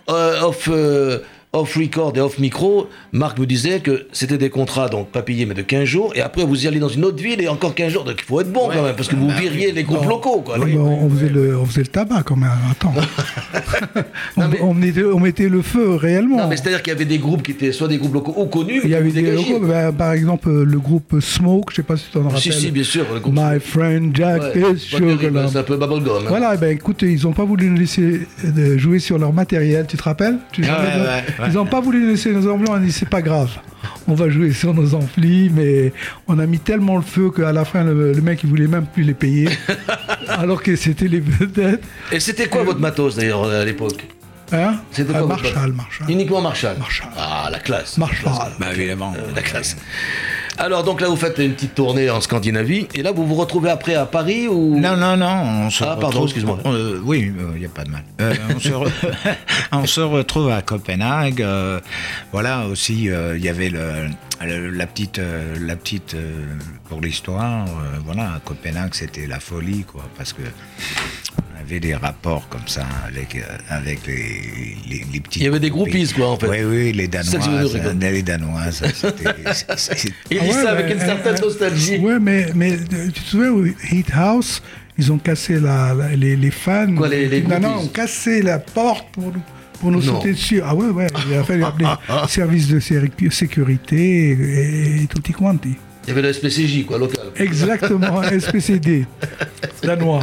off record et off micro, Marc nous disait que c'était des contrats, donc pas payés, mais de 15 jours, et après vous y allez dans une autre ville et encore 15 jours, donc il faut être bon quand même, parce que vous viriez les groupes locaux, quoi. Oui, mais on faisait le tabac quand même, attends. on mettait le feu réellement. Non, mais c'est-à-dire qu'il y avait des groupes qui étaient soit des groupes locaux ou connus. Il y avait des locaux, par exemple le groupe Smoke, je sais pas si tu t'en rappelles. Si, bien sûr. Le groupe My friend Jack is Sugar. C'est un peu bubblegum. Hein. Voilà, ben écoute, ils n'ont pas voulu nous laisser jouer sur leur matériel, tu te rappelles? Ils n'ont pas voulu nous laisser nos amplis, on a dit c'est pas grave. On va jouer sur nos amplis, mais on a mis tellement le feu qu'à la fin, le mec, il voulait même plus les payer, alors que c'était les vedettes. Et c'était quoi votre matos, d'ailleurs, à l'époque? Hein? C'était quoi Marshall. Uniquement Marshall. Marshall. Ah, la classe. Marshall. Bah évidemment. La classe. Alors, donc là, vous faites une petite tournée en Scandinavie, et là, vous vous retrouvez après à Paris ou... Non, on se retrouve... pardon, excuse-moi. Oui, il n'y a pas de mal. On se retrouve à Copenhague. Voilà, aussi, il y avait la petite pour l'histoire. Voilà, à Copenhague, c'était la folie, quoi, parce que... On avait des rapports comme ça avec les petits... Il y avait des groupies, quoi, en fait. Oui, les Danoises. Il dit ça avec une certaine nostalgie. Ouais, mais tu te souviens, Heat House, ils ont cassé les fans. Quoi, les ont cassé la porte pour nous sauter dessus. Ah ouais, il a fallu appeler service de sécurité et tutti quanti. Il y avait le SPCJ, quoi, local. Exactement, SPCD, danois.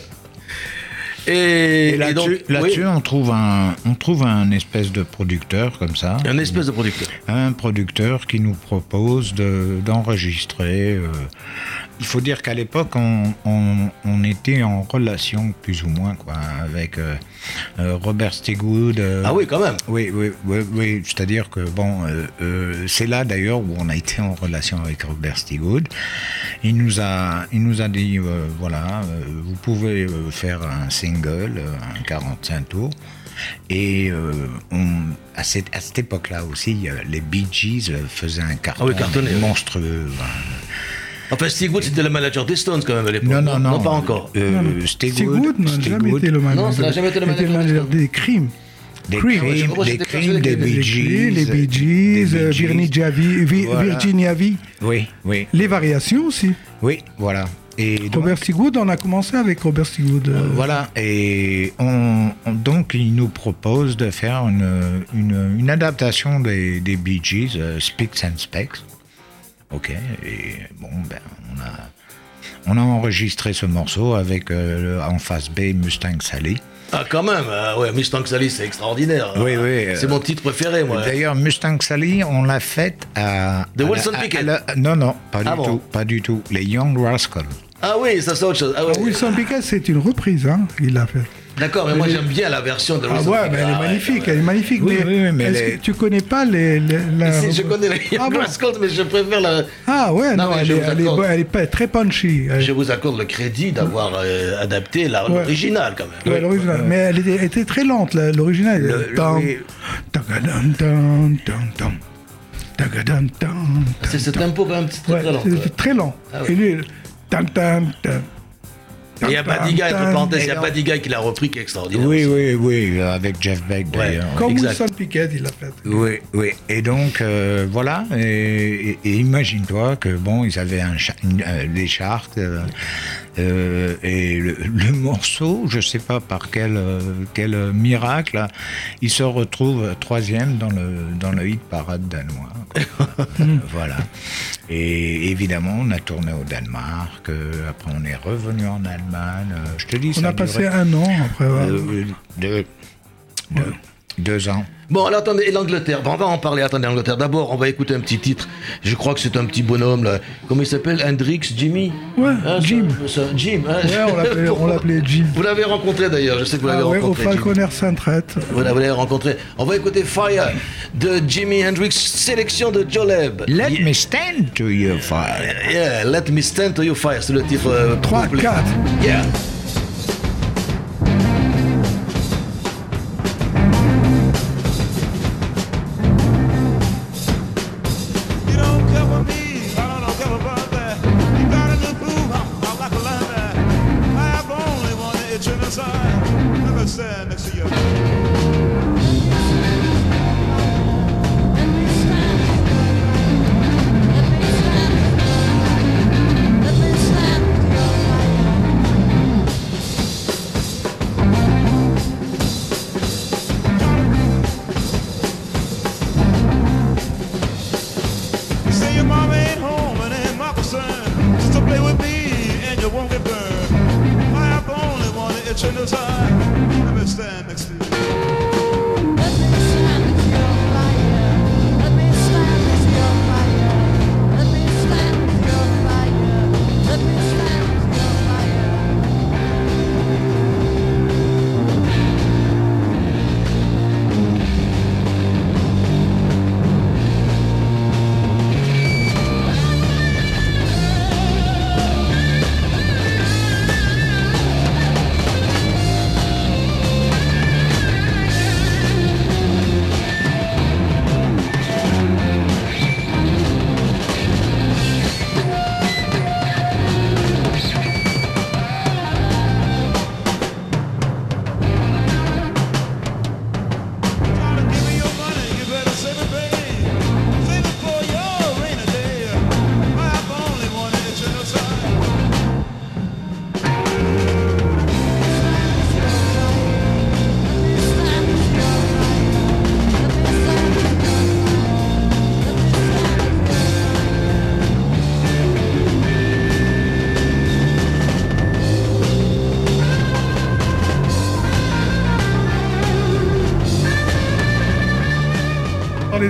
Et là-dessus, on trouve un espèce de producteur comme ça. Un espèce de producteur. Un producteur qui nous propose d'enregistrer. Il faut dire qu'à l'époque, on était en relation plus ou moins quoi, avec Robert Stigwood. Ah oui, quand même. Oui. C'est-à-dire que c'est là d'ailleurs où on a été en relation avec Robert Stigwood. Il nous a dit vous pouvez faire un single, un 45 tours. Et à cette époque-là aussi, les Bee Gees faisaient un carton monstrueux. Enfin, Stigwood, c'était le manager des Stones quand même à l'époque. Non, pas encore. Stigwood n'a jamais été le manager. Non, ça n'a jamais été le manager des Cream. Des Bee Gees. Les Bee Gees, Virginia V. Oui. Les variations aussi. Oui, voilà. Et Robert Stigwood, on a commencé avec Robert Stigwood. Voilà, et donc il nous propose de faire une adaptation des Bee Gees, Spicks and Specks. Ok, et on a enregistré ce morceau avec en face B Mustang Sally. Ah, quand même, Mustang Sally, c'est extraordinaire. Oui. C'est mon titre préféré, moi. D'ailleurs, Mustang Sally, on l'a faite à. De Wilson Pickett. Non, pas du tout. Les Young Rascals. Ah oui, ça c'est autre chose. Ah, ouais. Wilson Pickett, c'est une reprise, hein, il l'a fait. D'accord, mais moi j'aime bien la version de Wilson Pickett. Mais elle est magnifique, Oui, mais est-ce que tu connais pas Si, je connais les Young Rascals, mais je préfère la... Ah ouais, non, elle est pas très punchy. Je vous accorde le crédit d'avoir adapté l'original quand même. Ouais, l'original. Mais elle était très lente, l'original. C'est ce tempo quand même très lent. C'est très lent. Et lui, il y a Buddy Guy, entre parenthèses, il y a Buddy Guy qui l'a repris, qui est extraordinaire. Oui, avec Jeff Beck d'ailleurs. Comme Wilson Pickett, il l'a fait. Oui. Et donc, voilà. Et imagine-toi que, ils avaient des charts. Et le morceau, je ne sais pas par quel miracle, il se retrouve 3e dans le hit parade danois. Voilà. Et évidemment, on a tourné au Danemark. Après, on est revenu en Allemagne. Je te dis, on a passé un an après. 2 ans. Bon, alors attendez, et l'Angleterre, on va en parler, attendez, l'Angleterre. D'abord, on va écouter un petit titre. Je crois que c'est un petit bonhomme, là. Comment il s'appelle? Hendrix, Jimmy? Ouais, Jim. Jim, hein. Ouais, on l'appelait Jim. Vous l'avez rencontré d'ailleurs, je sais que vous l'avez rencontré. Au Falconer Sainte-Rette. Vous l'avez rencontré. On va écouter Fire de Jimi Hendrix, sélection de Joleb. Let me stand to your fire. Yeah, Let me stand to your fire, c'est le titre 3-4. Yeah.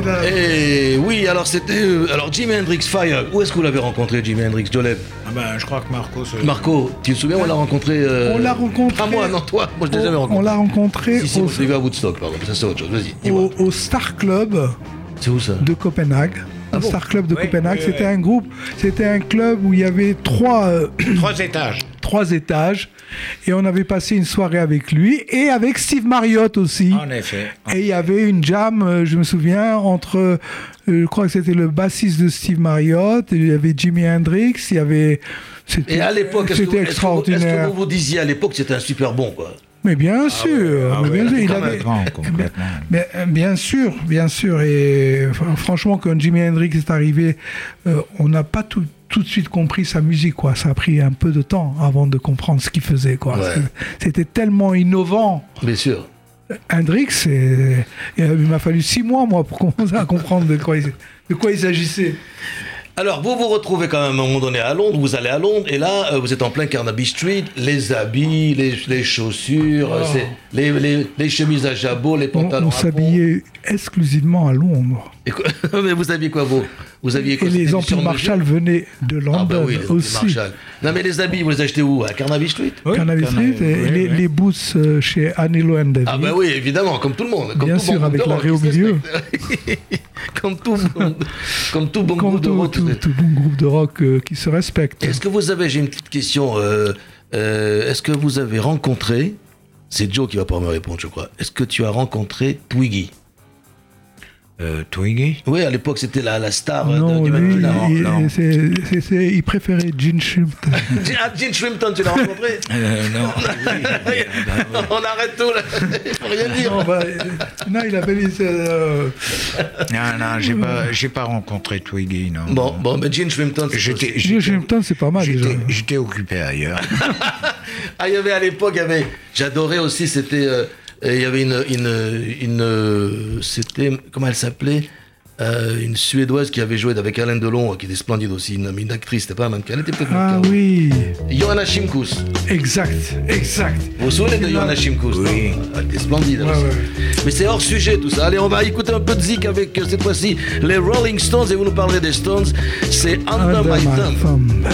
Et oui, alors c'était... alors Jimi Hendrix Fire, où est-ce que vous l'avez rencontré, Jimi Hendrix, Joleb? Je crois que Marco... Marco, tu te souviens, on l'a rencontré... On l'a rencontré... Ah moi, non, toi, moi je l'ai jamais rencontré. On l'a rencontré... Si, moi je l'ai vu à Woodstock, pardon, ça c'est autre chose, vas-y, dis-moi. Au Star Club... C'est où ça? De Copenhague. Ah bon? Star Club de Copenhague, oui, c'était un groupe, c'était un club où il y avait trois étages. 3 étages, et on avait passé une soirée avec lui et avec Steve Marriott aussi. En effet. Et il y avait une jam, je me souviens, entre, je crois que c'était le bassiste de Steve Marriott, il y avait Jimi Hendrix, il y avait... Et à l'époque, est-ce extraordinaire. que vous disiez à l'époque que c'était un super bon, quoi? Mais bien sûr, bien sûr, il avait... Complètement. Bien sûr, et franchement, quand Jimi Hendrix est arrivé, on n'a pas tout de suite compris sa musique, quoi. Ça a pris un peu de temps avant de comprendre ce qu'il faisait, quoi. Ouais. C'était tellement innovant. Bien sûr. Hendrix, il m'a fallu 6 mois, moi, pour commencer à comprendre de quoi il s'agissait. Alors, vous vous retrouvez quand même à un moment donné à Londres, vous allez à Londres, et là, vous êtes en plein Carnaby Street, les habits, les chaussures, les chemises à jabot, les pantalons on s'habillait exclusivement à Londres. Mais vous aviez quoi, vous aviez quoi? Et les amplis Marshall venaient de London oui, les aussi. Marshall. Non, mais les habits, vous les achetez où? À Carnaby Street? Oui, Carnaby Street, et les boots chez Anello and David. Ah bah oui, évidemment, comme tout le monde. Comme bien tout sûr, bon avec l'arrêt au milieu. Comme tout bon groupe de rock. Tout bon groupe de rock qui se respecte. Est-ce que vous avez, j'ai une petite question, est-ce que vous avez rencontré, c'est Joe qui va pouvoir me répondre, je crois, est-ce que tu as rencontré Twiggy? Twiggy? Oui, à l'époque, c'était la star non, du lui, non. Il préférait Gene Shrimpton. Gene Shrimpton, tu l'as rencontré? Non. On arrête tout, là. Il faut rien dire. Non, il avait Non, j'ai pas rencontré Twiggy, non. Bon, mais Gene Shrimpton, Gene Shrimpton, c'est pas mal, déjà. J'étais occupé ailleurs. Ah, il y avait à l'époque, j'adorais aussi, c'était... il y avait c'était, comment elle s'appelait, une Suédoise qui avait joué avec Alain Delon, qui était splendide aussi, une actrice, c'était pas un mannequin, elle était peut-être mannequin. Ah oui. Johanna Shimkus. Exact. Vous vous souvenez de Johanna Shimkus? Oui. Elle était splendide. Ouais. Mais c'est hors sujet tout ça. Allez, on va écouter un peu de zik avec cette fois-ci les Rolling Stones, et vous nous parlerez des Stones. C'est Under My Thumb.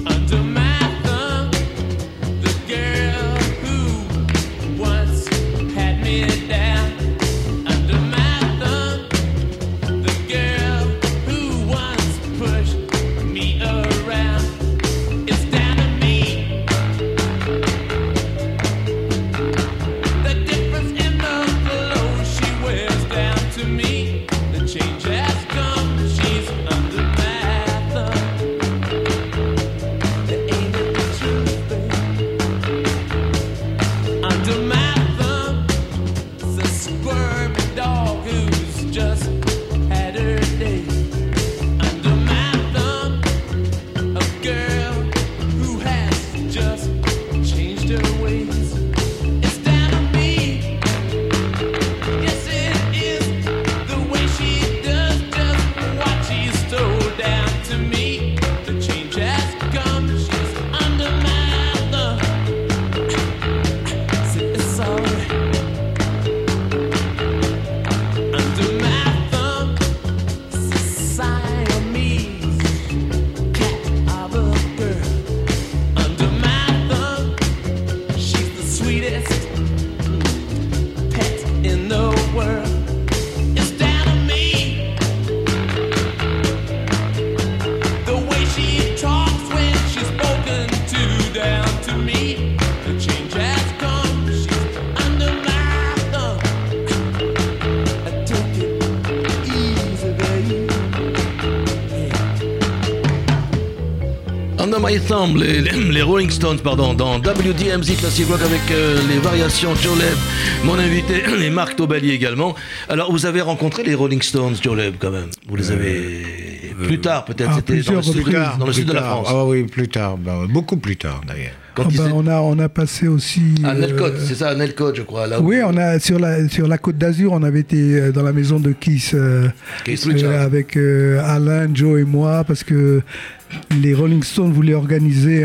My Thumb, les Rolling Stones, pardon, dans WDMZ Classic Rock avec les variations Joleb, mon invité, et Marc Tobali également. Alors, vous avez rencontré les Rolling Stones, Joleb, quand même? Vous les avez plus tard, peut-être? C'était dans le sud de la France. Ah oui, plus tard, beaucoup plus tard d'ailleurs. On a passé aussi... À Nelcott, c'est ça, à Nelcott, je crois. Là où... Oui, sur la Côte d'Azur, on avait été dans la maison de Keith avec Alain, Joe et moi, parce que les Rolling Stones voulaient organiser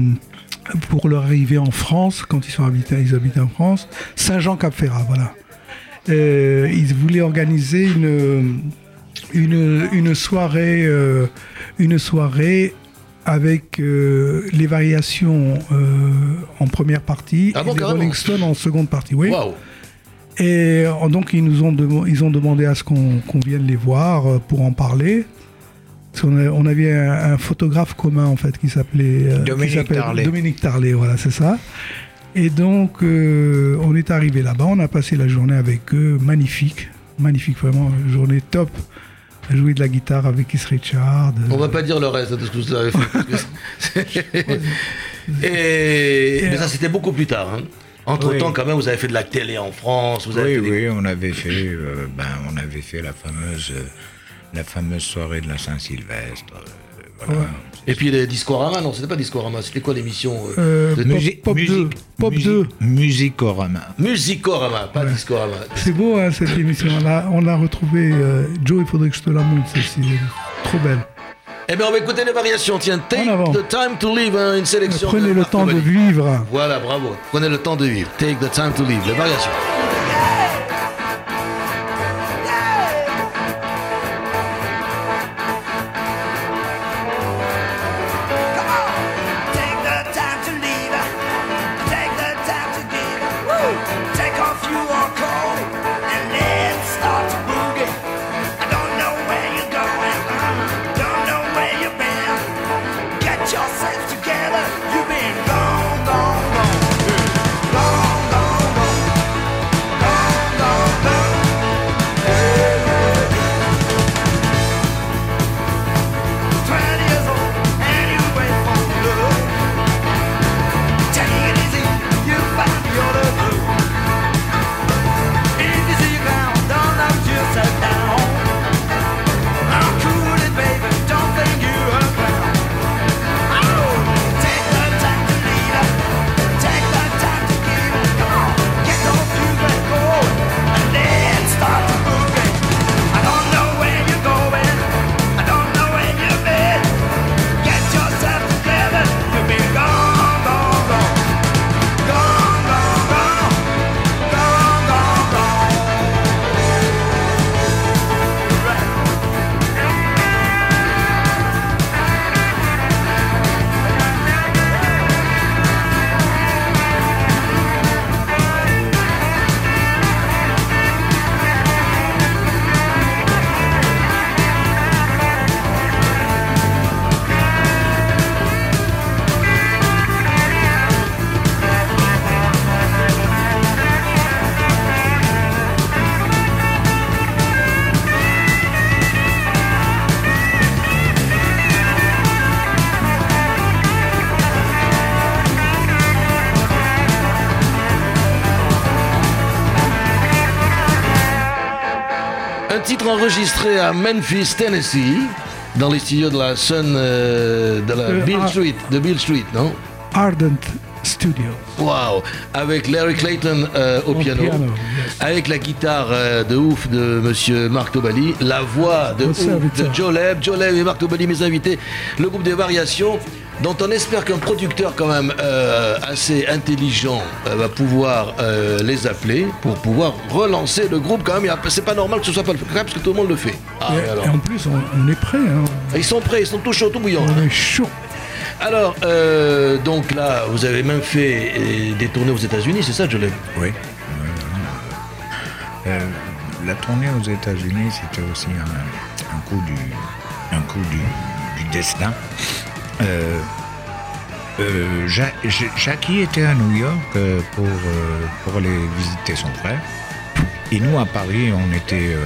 pour leur arrivée en France, quand ils habitaient en France, Saint-Jean-Cap-Ferrat, voilà. Ils voulaient organiser une soirée avec les variations en première partie et les Rolling Stones en seconde partie. Oui. Wow. Et donc ils ont demandé à ce qu'on vienne les voir pour en parler. Parce on avait un photographe commun en fait qui s'appelait Dominique Tarlet, voilà, c'est ça. Et donc on est arrivé là-bas, on a passé la journée avec eux, magnifique vraiment, journée top. À jouer de la guitare avec Keith Richards. On va pas dire le reste de ce que vous avez fait. Mais ça c'était beaucoup plus tard. Hein. Entre-temps, quand même, vous avez fait de la télé en France. Oui, on avait fait la fameuse soirée de la Saint-Sylvestre. Voilà. Ouais. Et puis les Discorama, non, c'était pas Discorama, c'était quoi l'émission Pop 2. Musicorama, pas ouais. Discorama. C'est beau, hein, cette émission. On a retrouvé Joe, il faudrait que je te la montre, celle-ci. Trop belle. Eh bien, on va écouter les variations. Tiens, Take the Time to Live, hein, une sélection. Prenez le temps de vivre. Voilà, bravo. Prenez le temps de vivre. Take the Time to Live, les variations. Titre enregistré à Memphis, Tennessee, dans les studios de la Sun, Bill Street, non? Ardent Studios. Wow, avec Larry Clayton au piano, yes. Avec la guitare de ouf de Monsieur Marc Tobali, la voix de Joe Leb et Marc Tobali, mes invités, le groupe des variations, dont on espère qu'un producteur quand même assez intelligent va pouvoir les appeler pour pouvoir relancer le groupe quand même. C'est pas normal que ce soit pas le cas parce que tout le monde le fait. Et en plus, on est prêts. Hein. Ils sont prêts, ils sont tout chauds, tout bouillants. On est chaud. Alors, donc là, vous avez même fait des tournées aux États-Unis, c'est ça, Jolene? Oui. La tournée aux États-Unis, c'était aussi un coup du destin. Jackie était à New York pour aller visiter son frère. Et nous, à Paris, on était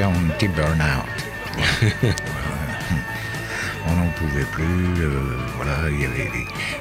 burn-out. On n'en pouvait plus. Voilà, il y avait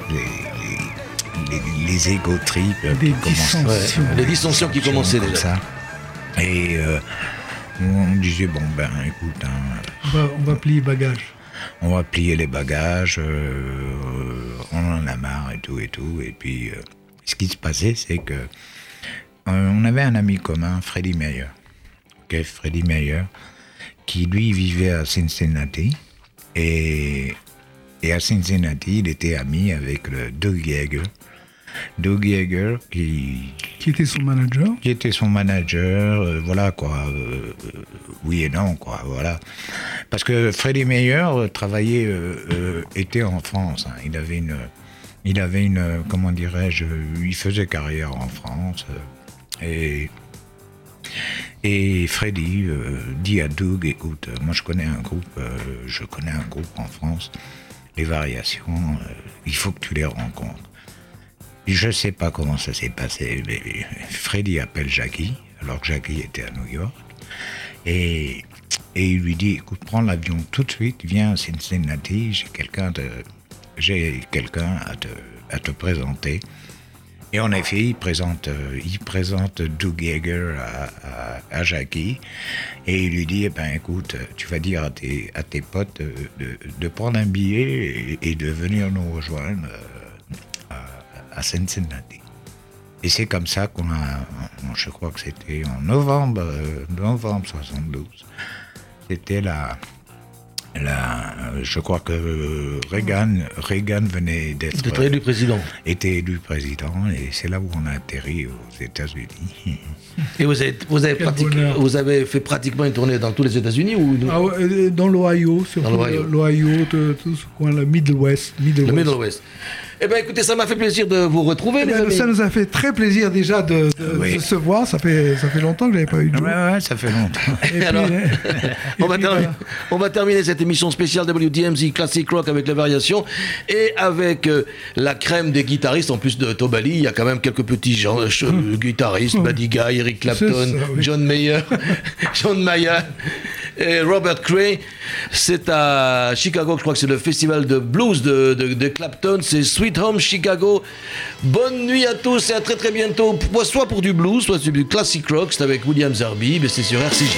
les ego trips qui commençaient. Les dissensions qui commençaient déjà. Ça. Et on disait, bon, ben, écoute... on va plier bagages. On va plier les bagages, on en a marre et tout. Et puis, ce qui se passait, c'est que on avait un ami commun, Freddie Mayer. Okay, Freddie Mayer, qui lui vivait à Cincinnati. Et à Cincinnati, il était ami avec le Doug Yeager, Doug Yeager, qui était son manager. Qui était son manager, voilà quoi. Oui et non, quoi, voilà. Parce que Freddie Mayer travaillait, était en France. Hein. Il avait une, comment dirais-je, il faisait carrière en France. Et Freddie dit à Doug, écoute, moi je connais un groupe en France, les Variations, il faut que tu les rencontres. Je sais pas comment ça s'est passé, mais Freddie appelle Jackie, alors que Jackie était à New York, et il lui dit, écoute, prends l'avion tout de suite, viens à Cincinnati, j'ai quelqu'un à te présenter. Et en effet, il présente Doug Yeager à Jackie, et il lui dit, eh ben écoute, tu vas dire à tes potes de prendre un billet et de venir nous rejoindre à Cincinnati. Et c'est comme ça qu'on a, je crois que c'était en novembre 72, c'était je crois que Reagan venait d'être élu président. Était élu président, et c'est là où on a atterri aux États-Unis. Et vous avez fait pratiquement une tournée dans tous les États-Unis ou dans l'Ohio, surtout l'Ohio, tout ce coin, le Middle West. Le Middle West. Eh bien, écoutez, ça m'a fait plaisir de vous retrouver, les amis. Ça nous a fait très plaisir déjà de se voir. Ça fait longtemps que je n'avais pas eu de Ouais, ça fait longtemps. Et alors, on va terminer cette émission spéciale WDMZ Classic Rock avec les variations et avec la crème des guitaristes. En plus de Tobali, il y a quand même quelques petits guitaristes, Buddy Guy, Eric Clapton, oui. John Mayer, et Robert Cray. C'est à Chicago, je crois que c'est le festival de blues de Clapton. C'est Sweet Home Chicago. Bonne nuit à tous et à très très bientôt. Soit pour du blues, soit pour du classic rock. C'est avec William Zerbib et c'est sur RCJ.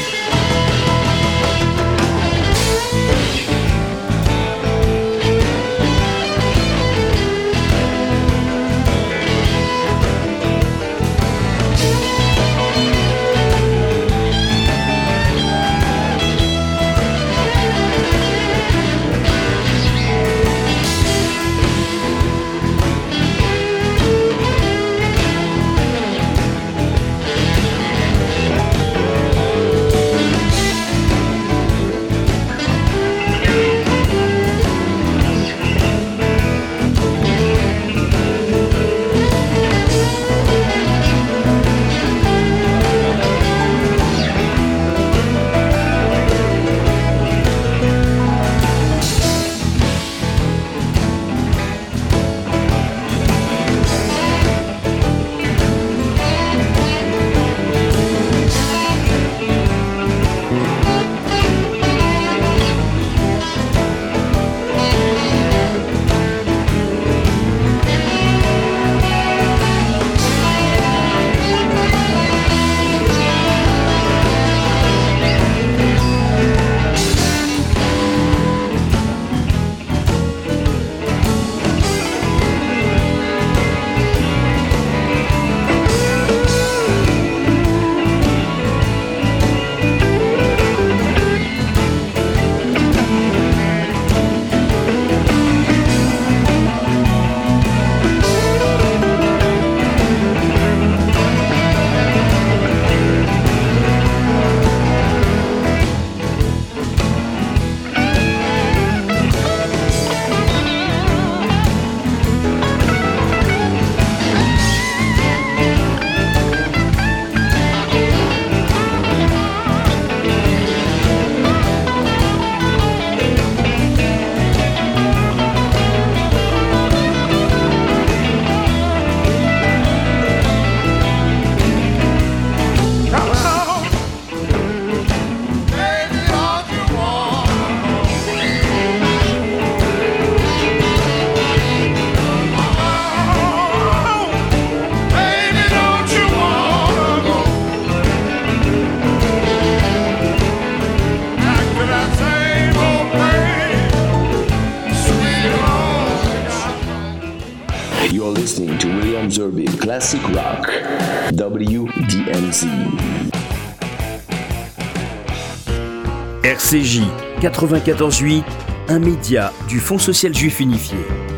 You're listening to William Zerbib Classic Rock, WDMZ. RCJ 94.8, un média du Fonds social juif unifié.